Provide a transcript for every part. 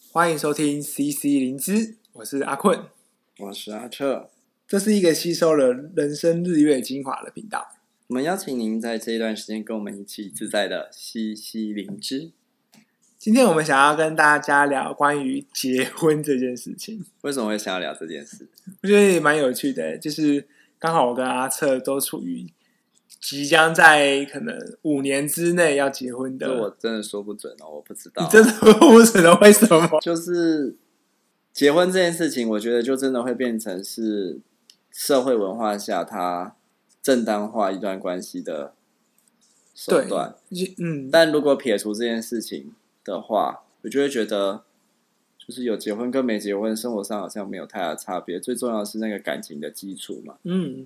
欢迎收听 CC 灵芝，我是阿困， 我是阿彻。 这是一个吸收了人生日月精华的频道。 我们邀请您在这一段时间跟我们一起自在的吸灵芝。 今天我们想要跟大家聊关于结婚这件事情。 为什么会想要聊这件事？ 我觉得也蛮有趣的，就是刚好我跟阿彻都处于即将在可能5年之内要结婚的。 这我真的说不准哦，我不知道。 你真的说不准了？为什么？ 就是结婚这件事情，我觉得就真的会变成是社会文化下它正当化一段关系的手段。但如果撇除这件事情的话，我就会觉得，就是有结婚跟没结婚，生活上好像没有太大的差别。最重要的是那个感情的基础嘛。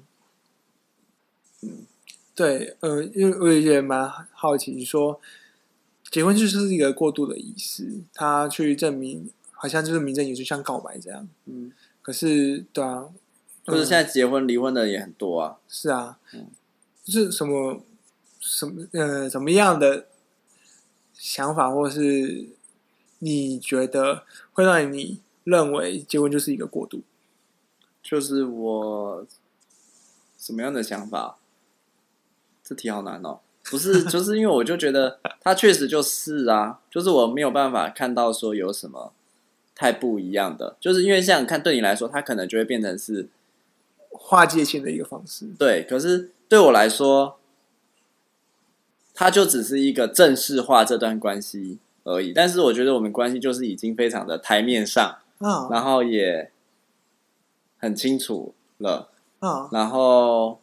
对，因为我也蛮好奇说，结婚就是一个过渡的仪式，它去证明，好像就是名正言顺，像告白这样。可是，对啊， 或者现在结婚离婚的也很多啊。 是啊，就是怎么样的想法，或是你觉得会让你认为结婚就是一个过渡？ 就是我什么样的想法？这题好难哦。不是，就是因为我就觉得它确实就是啊，就是我没有办法看到说有什么太不一样的，就是因为像看对你来说，它可能就会变成是划界线的一个方式。 对，可是对我来说，它就只是一个正式化这段关系而已。但是我觉得我们关系就是已经非常的台面上，然后也很清楚了，然后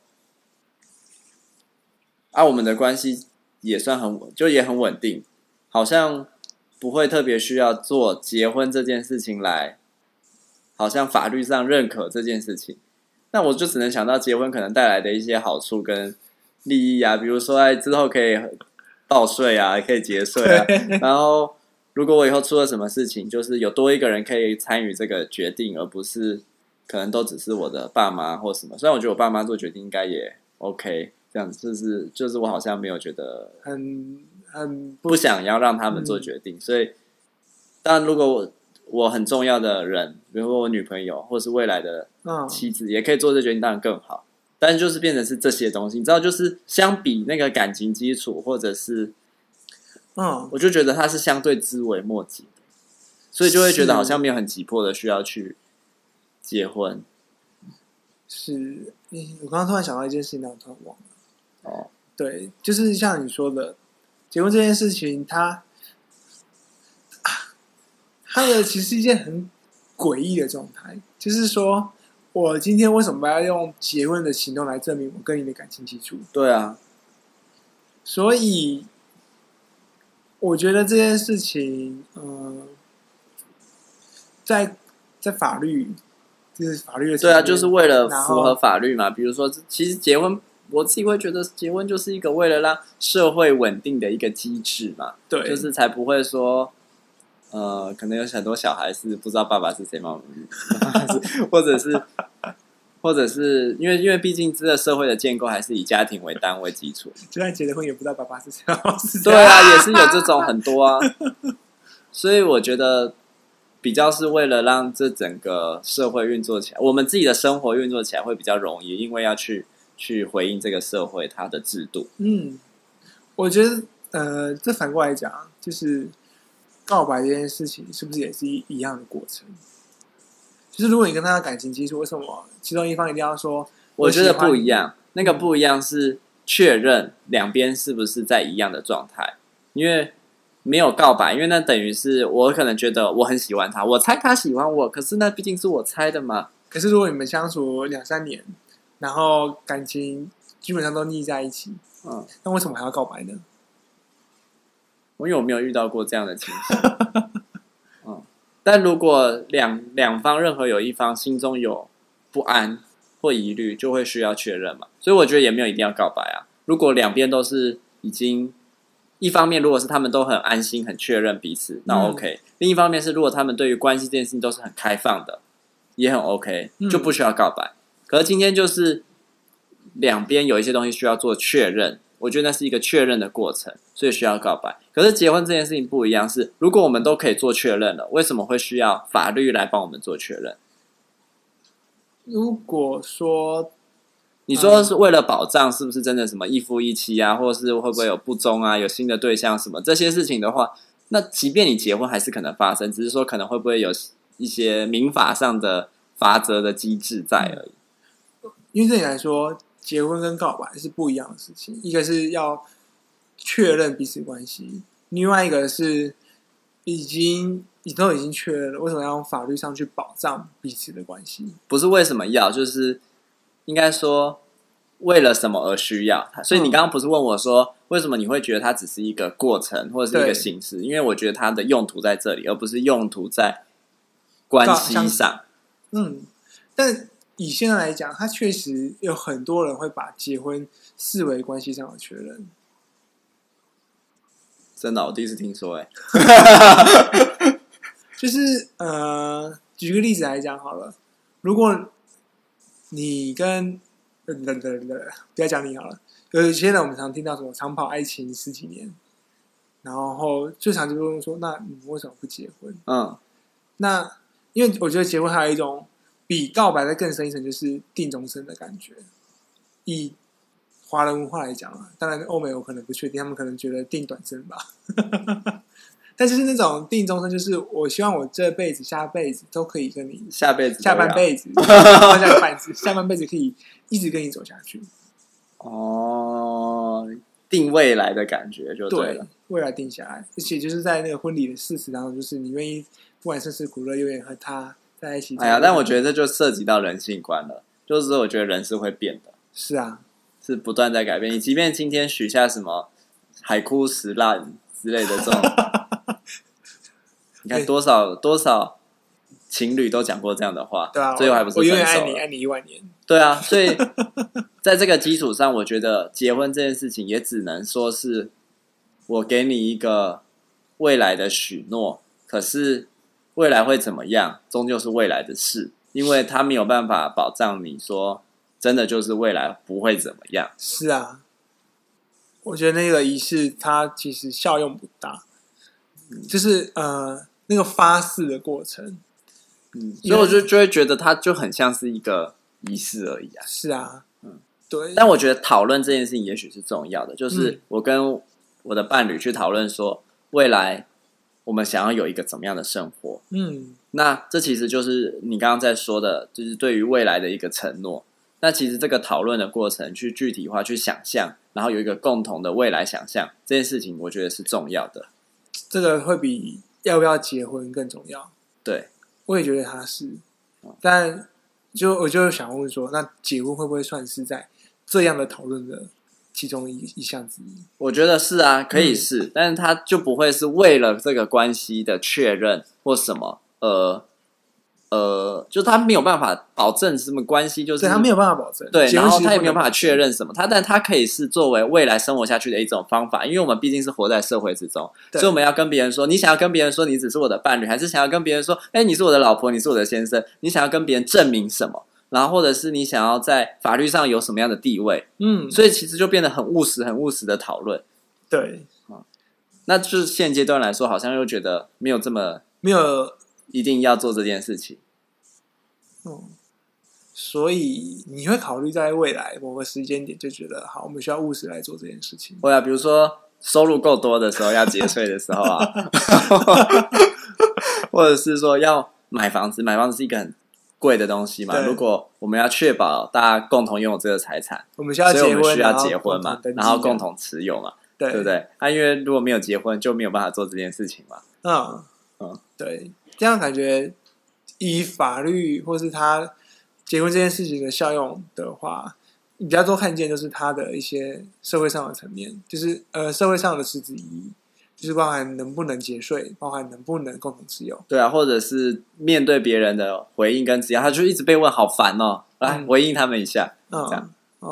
我们的关系也算也很稳定，好像不会特别需要做结婚这件事情来，好像法律上认可这件事情。那我就只能想到结婚可能带来的一些好处跟利益啊，比如说之后可以报税啊，可以节税啊，然后如果我以后出了什么事情，就是有多一个人可以参与这个决定，而不是可能都只是我的爸妈或什么。虽然我觉得我爸妈做决定应该也 OK， 这样子就是我好像没有觉得很不想要让他们做决定，所以当然如果我很重要的人，比如说我女朋友或是未来的妻子，也可以做这决定，当然更好。但是就是变成是这些东西，你知道，就是相比那个感情基础，或者是，我就觉得它是相对枝微末节的，所以就会觉得好像没有很急迫的需要去结婚。 是，我刚刚突然想到一件事情，但我突然忘了。对，就是像你说的，结婚这件事情，它的其实是一件很诡异的状态，就是说我今天为什么要用结婚的行动来证明我跟你的感情基础？ 对啊， 所以我觉得这件事情，在法律，就是法律的对啊，就是为了符合法律嘛。比如说，其实结婚，我自己会觉得结婚就是一个为了让社会稳定的一个机制嘛。 对， 就是才不会说。可能有很多小孩是不知道爸爸是谁嘛，或者是因为毕竟这个社会的建构还是以家庭为单位基础， 就算结了婚也不知道爸爸是谁。 对啊，也是有这种很多啊，所以我觉得比较是为了让这整个社会运作起来，我们自己的生活运作起来会比较容易，因为要去回应这个社会它的制度。 我觉得这反过来讲，就是告白这件事情是不是也是一样的过程？就是如果你跟他的感情基础，为什么其中一方一定要说？ 我觉得不一样，那个不一样是确认两边是不是在一样的状态，因为没有告白，因为那等于是我可能觉得我很喜欢他，我猜他喜欢我，可是那毕竟是我猜的嘛。 可是如果你们相处2-3年，然后感情基本上都腻在一起，那为什么还要告白呢？ 因为我没有遇到过这样的情形。但如果两方任何有一方心中有不安或疑虑，就会需要确认嘛。所以我觉得也没有一定要告白啊。如果两边都是已经一方面，如果是他们都很安心、很确认彼此，那 OK。另一方面是，如果他们对于关系这件事情都是很开放的，也很 OK， 就不需要告白。可是今天就是两边有一些东西需要做确认， 我觉得那是一个确认的过程，所以需要告白。可是结婚这件事情不一样，是如果我们都可以做确认了，为什么会需要法律来帮我们做确认？ 如果说你说是为了保障是不是真的什么一夫一妻啊，或者是会不会有不忠啊，有新的对象什么这些事情的话，那即便你结婚还是可能发生，只是说可能会不会有一些民法上的罚则的机制在而已。 因为对你来说，结婚跟告白是不一样的事情，一个是要确认彼此关系，另外一个是都已经确认了，为什么要用法律上去保障彼此的关系？ 不是为什么要，就是应该说为了什么而需要。所以你刚刚不是问我说，为什么你会觉得它只是一个过程或者是一个形式？因为我觉得它的用途在这里，而不是用途在关系上。 但以现在来讲，它确实有很多人会把结婚视为关系上的确认。 真的，我第一次听说， 就是举个例子来讲好了，如果你跟不要讲你好了，有些人我们常听到什么长跑爱情10几年，然后最常就会说，那你们为什么不结婚？那因为我觉得结婚还有一种比告白的更深一层，就是定终身的感觉。以华人文化来讲啊，当然欧美我可能不确定，他们可能觉得定短身吧。但就是那种定终身，就是我希望我这辈子、下辈子都可以跟你下半辈子、下半辈子可以一直跟你走下去。 定未来的感觉就对了， 未来定下来，而且就是在那个婚礼的誓词当中，就是你愿意不管生死苦乐，永远和他在一起。 但我觉得这就涉及到人性观了，就是我觉得人是会变的。 是啊， 是不断在改变。你即便今天许下什么海枯石烂之类的这种，你看多少情侣都讲过这样的话， 对啊， 最后还不是分手了？ 我永远爱你，爱你10000年。 对啊，所以在这个基础上，我觉得结婚这件事情也只能说是我给你一个未来的许诺，可是未来会怎么样，终究是未来的事，因为他没有办法保障你说真的就是未来不会怎么样。 是啊，我觉得那个仪式它其实效用不大，就是那个发誓的过程， 所以我就会觉得它就很像是一个仪式而已啊。 是啊，对。 但我觉得讨论这件事情也许是重要的，就是我跟我的伴侣去讨论说，未来我们想要有一个怎么样的生活。那这其实就是你刚刚在说的，就是对于未来的一个承诺。那其实这个讨论的过程，去具体化、去想象，然后有一个共同的未来想象，这件事情我觉得是重要的。 这个会比要不要结婚更重要。 对， 我也觉得它是，但我就想问说，那结婚会不会算是在这样的讨论的其中一项之一？ 我觉得是啊，可以是，但是它就不会是为了这个关系的确认或什么就他没有办法保证什么关系，就是对他没有办法保证， 对，然后他也没有办法确认什么，但他可以是作为未来生活下去的一种方法，因为我们毕竟是活在社会之中，所以我们要跟别人说，你想要跟别人说你只是我的伴侣，还是想要跟别人说，你是我的老婆，你是我的先生，你想要跟别人证明什么，然后或者是你想要在法律上有什么样的地位，所以其实就变得很务实的讨论。 对， 那就是现阶段来说，好像又觉得没有一定要做这件事情。 所以你会考虑在未来某个时间点就觉得好，我们需要务实来做这件事情。 会啊，比如说收入够多的时候，要节税的时候啊，或者是说要买房子，买房子是一个很贵的东西嘛。如果我们要确保大家共同拥有这个财产， 我们需要结婚嘛，然后共同持有嘛，对不对？因为如果没有结婚，就没有办法做这件事情嘛。 对，这样感觉以法律或是他结婚这件事情的效用的话，你比较多看见就是他的一些社会上的层面，就是社会上的实质意义，就是包含能不能节税，包含能不能共同持有。 对啊，或者是面对别人的回应跟质疑，他就一直被问，好烦哦，来回应他们一下。这样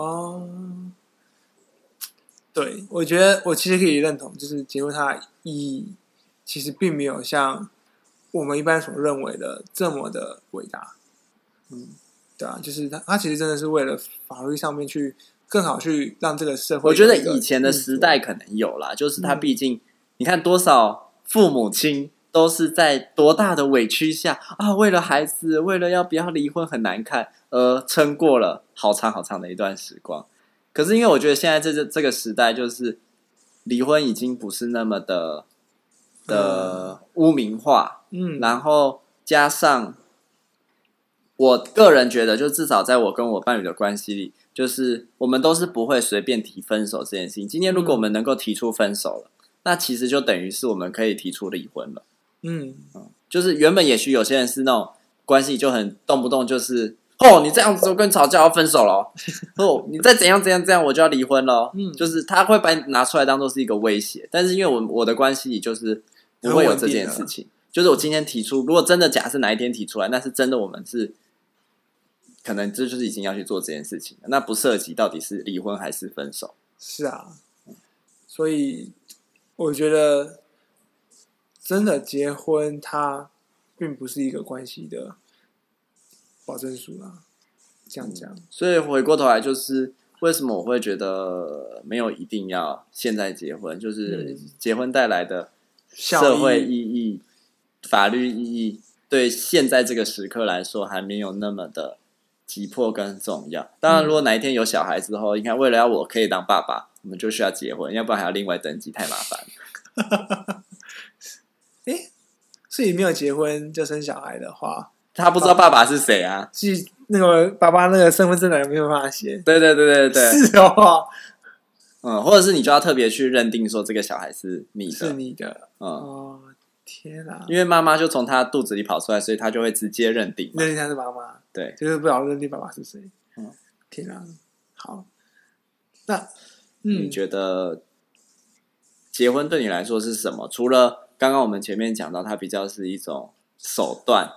对，我觉得我其实可以认同，就是结婚它的意义其实并没有像我们一般所认为的这么的伟大。对啊，就是它其实真的是为了法律上面去更好去让这个社会。 我觉得以前的时代可能有啦，就是他毕竟、你看多少父母亲都是在多大的委屈下啊，为了孩子，为了要不要离婚很难看，而撑过了好长好长的一段时光。可是因为我觉得现在这个时代，就是离婚已经不是那么的污名化，然后加上我个人觉得，就至少在我跟我伴侣的关系里，就是我们都是不会随便提分手这件事情。今天如果我们能够提出分手了，那其实就等于是我们可以提出离婚了。就是原本也许有些人是那种关系就很动不动就是你这样子我跟你吵架要分手了你再怎样怎样怎样我就要离婚了就是他会把你拿出来当做是一个威胁，但是因为我的关系里就是不会有这件事情，就是我今天提出，如果真的假设哪一天提出来，那是真的我们是可能这就是已经要去做这件事情了，那不涉及到底是离婚还是分手。 是啊，所以我觉得真的结婚它并不是一个关系的保证书啦，这样讲。 所以回过头来就是为什么我会觉得没有一定要现在结婚，就是结婚带来的社会意义、法律意义对现在这个时刻来说还没有那么的急迫跟重要。当然如果哪一天有小孩之后，你看为了要我可以当爸爸，我们就需要结婚，要不然还要另外登记，太麻烦了。 所以没有结婚就生小孩的话， 他不知道爸爸是谁啊？ 是那个爸爸那个身份证也没有办法写。 对对对对对， 是哦。 或者是你就要特别去认定说这个小孩是你的， 是你的。天哪！ 因为妈妈就从他肚子里跑出来，所以他就会直接认定他是妈妈。 对， 就是不知道认定爸爸是谁。天哪！好，那你觉得结婚对你来说是什么？除了刚刚我们前面讲到，它比较是一种手段。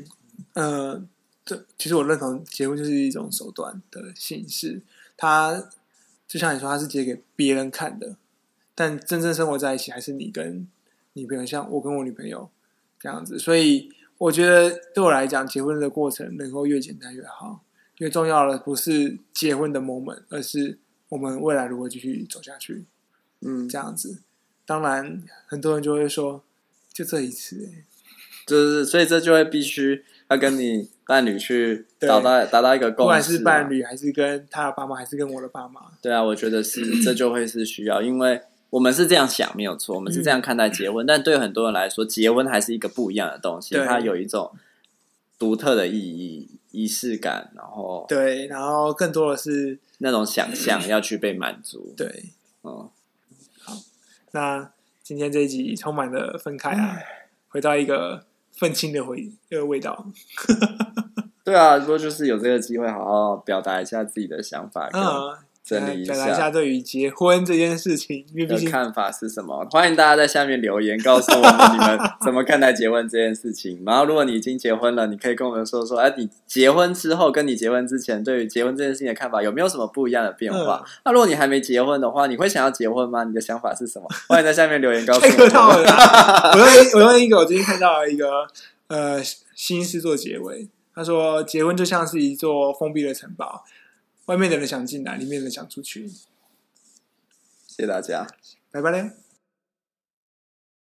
其实我认同结婚就是一种手段的形式。它就像你说，它是结给别人看的，但真正生活在一起还是你跟女朋友，像我跟我女朋友这样子。所以我觉得对我来讲，结婚的过程能够越简单越好，因为重要的不是结婚的 moment， 而是我们未来如何继续走下去。这样子。当然，很多人就会说，就这一次就是所以这就会必须要跟你伴侣去达到一个共识， 不管是伴侣还是跟他的爸妈，还是跟我的爸妈。 对啊，我觉得是这就会是需要，因为我们是这样想没有错，我们是这样看待结婚，但对很多人来说，结婚还是一个不一样的东西，它有一种独特的意义、仪式感，然后更多的是那种想象要去被满足。 对，好，那今天这一集充满了愤慨啊，回到一个愤青的味道。 对啊，不过就是有这个机会，好好表达一下自己的想法，整理一下， 表达一下对于结婚这件事情的看法是什么。欢迎大家在下面留言，告诉我们你们怎么看待结婚这件事情。然后，如果你已经结婚了，你可以跟我们说，你结婚之后跟你结婚之前对于结婚这件事情的看法有没有什么不一样的变化？那如果你还没结婚的话，你会想要结婚吗？你的想法是什么？欢迎在下面留言告诉我们。 太客套了我用一个我最近看到了一个新诗做结尾，他说结婚就像是一座封闭的城堡，外面的人想进来，里面的人想出去。 谢谢大家， 拜拜了。